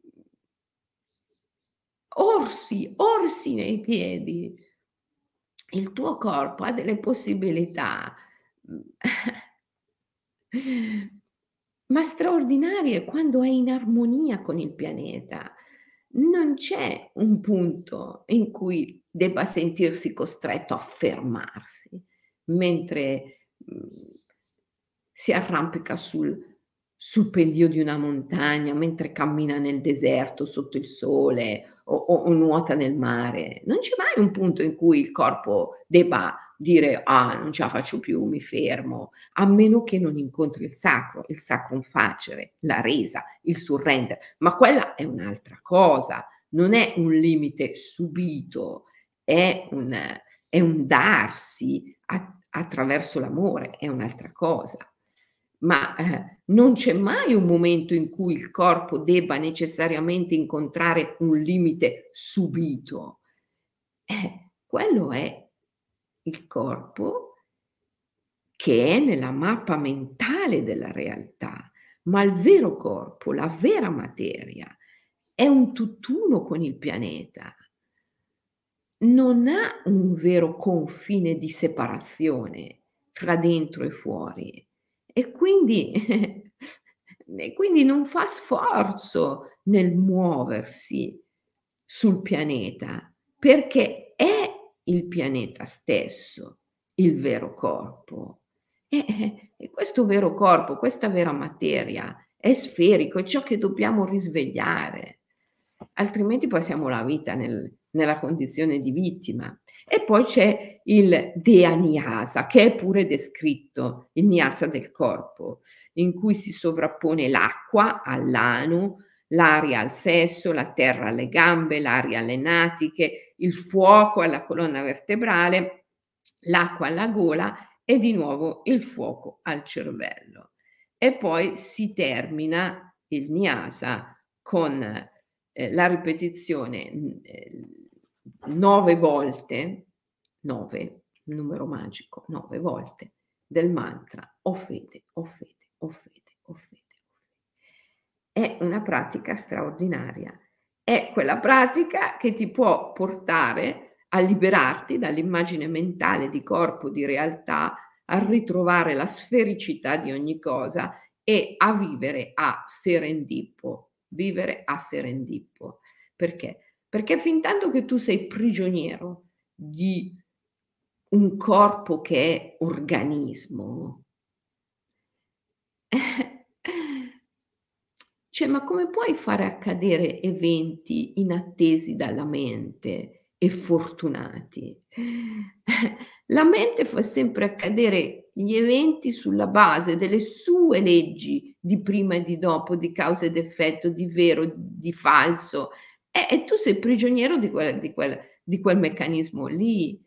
Orsi, orsi nei piedi. Il tuo corpo ha delle possibilità, mhmm, ma straordinarie quando è in armonia con il pianeta. Non c'è un punto in cui debba sentirsi costretto a fermarsi, mentre, mhmm, si arrampica sul sul pendio di una montagna, mentre cammina nel deserto sotto il sole o o o nuota nel mare. Non c'è mai un punto in cui il corpo debba dire: "Ah, non ce la faccio più, mi fermo", a meno che non incontri il sacro, il sacrum facere, la resa, il surrender, ma quella è un'altra cosa, non è un limite subito, è un è un darsi a attraverso l'amore, è un'altra cosa. Ma, eh, non c'è mai un momento in cui il corpo debba necessariamente incontrare un limite subito. Eh, quello è il corpo che è nella mappa mentale della realtà, ma il vero corpo, la vera materia è un tutt'uno con il pianeta. Non ha un vero confine di separazione fra dentro e fuori e quindi e quindi non fa sforzo nel muoversi sul pianeta, perché è il pianeta stesso il vero corpo. E e e questo vero corpo, questa vera materia è sferico, è ciò che dobbiamo risvegliare, altrimenti passiamo la vita nel nella condizione di vittima. E poi c'è il Dea-Nyasa, che è pure descritto, il Nyasa del corpo, in cui si sovrappone l'acqua all'ano, l'aria al sesso, la terra alle gambe, l'aria alle natiche, il fuoco alla colonna vertebrale, l'acqua alla gola e di nuovo il fuoco al cervello. E poi si termina il Nyasa con, ehm, la ripetizione, mhmm, ehm, nove volte, nove, numero magico, nove volte del mantra: "Ho fede, ho fede, ho fede, ho fede, ho fede". È una pratica straordinaria. È quella pratica che ti può portare a liberarti dall'immagine mentale di corpo, di realtà, a ritrovare la sfericità di ogni cosa e a vivere a serendippo, vivere a serendippo. Perché? Perché fintanto che tu sei prigioniero di un corpo che è organismo, cioè, ma come puoi fare accadere eventi inattesi dalla mente e fortunati? La mente fa sempre accadere gli eventi sulla base delle sue leggi di prima e di dopo, di causa ed effetto, di vero, di falso, e e tu sei prigioniero di quel di quel di quel meccanismo lì.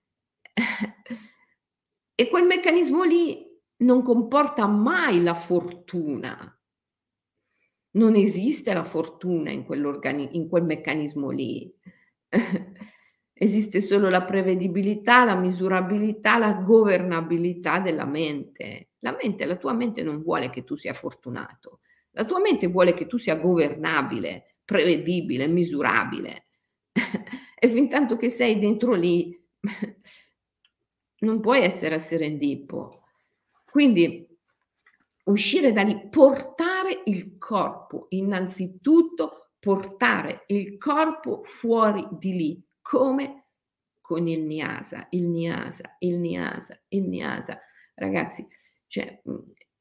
E quel meccanismo lì non comporta mai la fortuna. Non esiste la fortuna in quell'organi in quel meccanismo lì. Esiste solo la prevedibilità, la misurabilità, la governabilità della mente. La mente la tua mente non vuole che tu sia fortunato, la tua mente vuole che tu sia governabile, prevedibile, misurabile. E fintanto che sei dentro lì non puoi essere a serendippo. Quindi uscire da lì, portare il corpo, innanzitutto portare il corpo fuori di lì, come con il Nyasa, il Nyasa, il Nyasa, il Nyasa. Ragazzi, cioè, mhmm,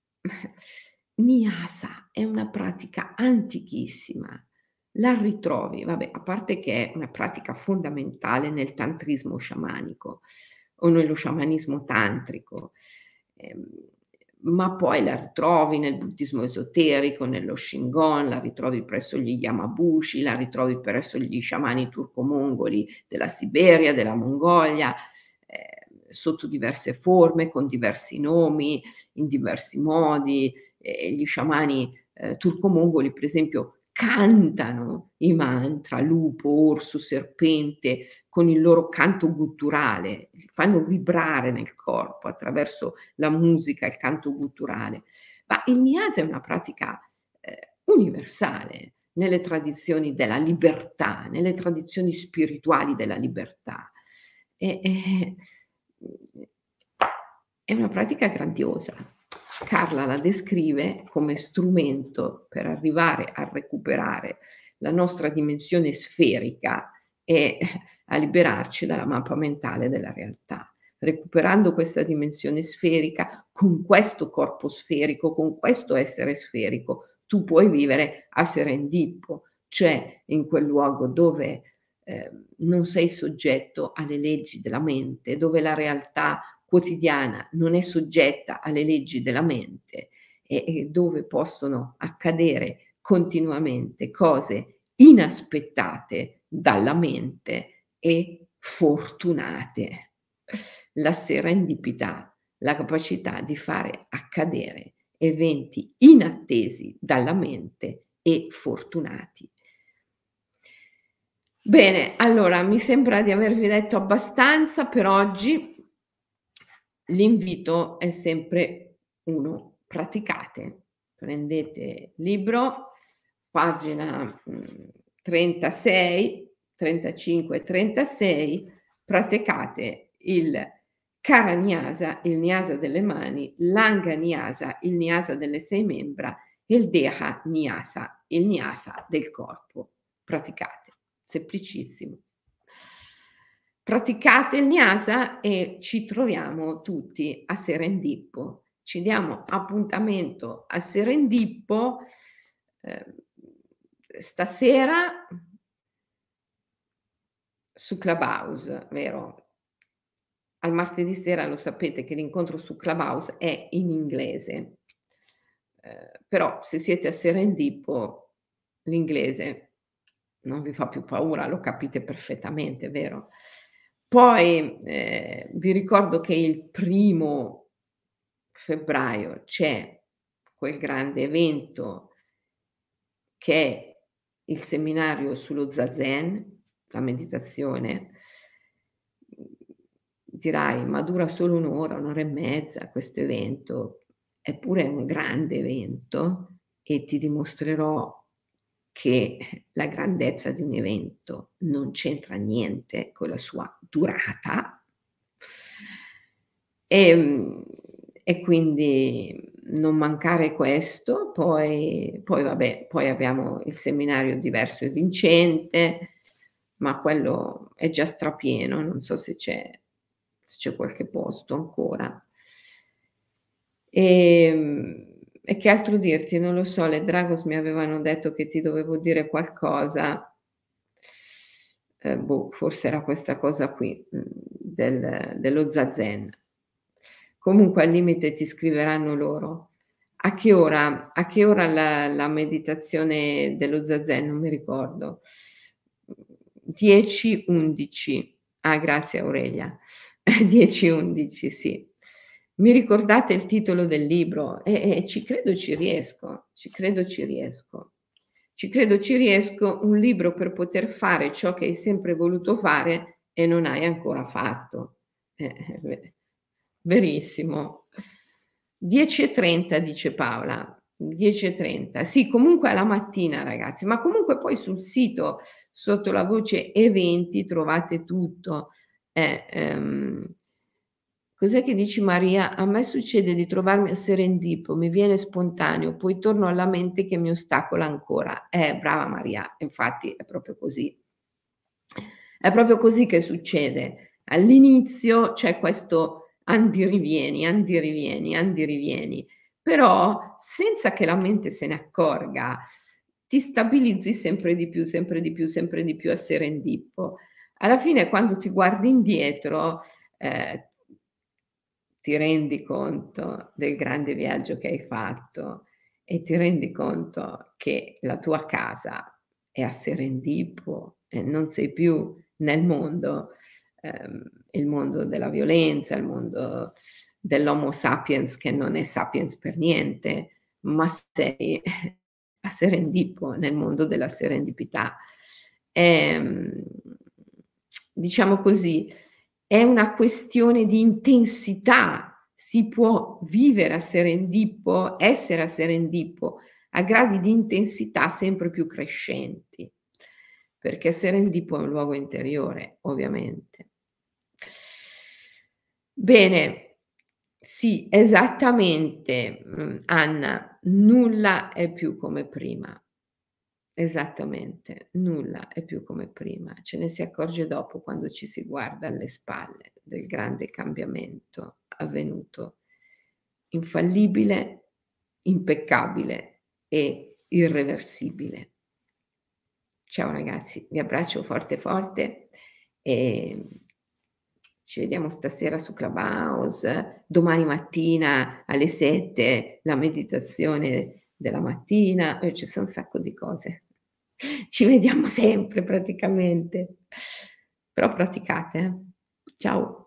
Nyasa è una pratica antichissima. La ritrovi, vabbè, a parte che è una pratica fondamentale nel tantrismo sciamanico o nello sciamanismo tantrico, ehm, ma poi la ritrovi nel buddismo esoterico, nello Shingon, la ritrovi presso gli Yamabushi, la ritrovi presso gli sciamani turco-mongoli della Siberia, della Mongolia, ehm, sotto diverse forme, con diversi nomi, in diversi modi. E gli sciamani, ehm, turco-mongoli, per esempio, cantano i mantra, lupo, orso, serpente, con il loro canto gutturale, fanno vibrare nel corpo attraverso la musica, il canto gutturale. Ma il Nyasa è una pratica, ehm, universale nelle tradizioni della libertà, nelle tradizioni spirituali della libertà. E e mhmm, è una pratica grandiosa. Carla la descrive come strumento per arrivare a recuperare la nostra dimensione sferica e a liberarci dalla mappa mentale della realtà. Recuperando questa dimensione sferica, con questo corpo sferico, con questo essere sferico, tu puoi vivere a serendippo, cioè in quel luogo dove ehm, non sei soggetto alle leggi della mente, dove la realtà quotidiana non è soggetta alle leggi della mente e, e dove possono accadere continuamente cose inaspettate dalla mente e fortunate. La serendipità, la capacità di fare accadere eventi inattesi dalla mente e fortunati. Bene, allora mi sembra di avervi detto abbastanza per oggi. L'invito è sempre uno: praticate. Prendete il libro, pagina, mhmm, trentasei, trentacinque e trentasei, praticate il Kara Nyasa, il Nyasa delle mani, l'Anga Nyasa, il Nyasa delle sei membra e il Deha Nyasa, il Nyasa del corpo. Praticate, semplicissimo. Praticate il Nyasa e ci troviamo tutti a Serendippo. Ci diamo appuntamento a Serendippo, ehm, stasera su Clubhouse, vero? Al martedì sera lo sapete che l'incontro su Clubhouse è in inglese, ehm, però se siete a Serendippo l'inglese non vi fa più paura, lo capite perfettamente, vero? Poi, ehm, vi ricordo che il primo febbraio c'è quel grande evento che è il seminario sullo Zazen, la meditazione. Mhmm, Dirai: "Ma dura solo un' ora, un' ora e mezza questo evento." Eppure è un grande evento e ti dimostrerò che la grandezza di un evento non c'entra niente con la sua durata. Ehm, e quindi non mancare questo, poi poi vabbè, poi abbiamo il seminario Diverso e Vincente, ma quello è già strapieno, non so se c'è se c'è qualche posto ancora. Ehm, e che altro dirti? Non lo so, le Dragos mi avevano detto che ti dovevo dire qualcosa. Ehm, boh, forse era questa cosa qui, mhmm, del dello Zazen. Comunque al limite ti scriveranno loro. A che ora a che ora la la meditazione dello Zazen? Non mi ricordo. dieci undici. Ah, grazie Aurelia. dieci undici, sì. Mi ricordate il titolo del libro? Eh, eh, ci credo ci riesco, ci credo ci riesco. Ci credo ci riesco, un libro per poter fare ciò che hai sempre voluto fare e non hai ancora fatto. Eh, eh, ve verissimo. dieci e trenta dice Paola. dieci e trenta. Sì, comunque alla mattina ragazzi, ma comunque poi sul sito sotto la voce eventi trovate tutto. Eh, ehm Cos'è che dici Maria? A me succede di trovarmi a Serendipo, mi viene spontaneo, poi torno alla mente che mi ostacola ancora. Eh, brava Maria, infatti è proprio così. È proprio così che succede. All'inizio c'è questo andirivieni, andirivieni, andirivieni, però senza che la mente se ne accorga, ti stabilizzi sempre di più, sempre di più, sempre di più a Serendippo. Alla fine quando ti guardi indietro, ehm ti rendi conto del grande viaggio che hai fatto e ti rendi conto che la tua casa è a Serendippo e non sei più nel mondo, ehm, il mondo della violenza, il mondo dell'Homo sapiens che non è sapiens per niente, ma sei a Serendippo, nel mondo della serendipità. Ehm, diciamo così, è una questione di intensità. Si può vivere a Serendippo, essere a Serendippo a gradi di intensità sempre più crescenti, perché Serendippo è un luogo interiore, ovviamente. Bene, sì, esattamente, mhmm, Anna, nulla è più come prima. Esattamente, nulla è più come prima. Ce ne si accorge dopo quando ci si guarda alle spalle del grande cambiamento avvenuto, infallibile, impeccabile e irreversibile. Ciao ragazzi, vi abbraccio forte forte e ci vediamo stasera su Clubhouse, domani mattina alle sette la meditazione della mattina, e ci sono un sacco di cose. Ci vediamo sempre praticamente, però praticate, eh. Ciao.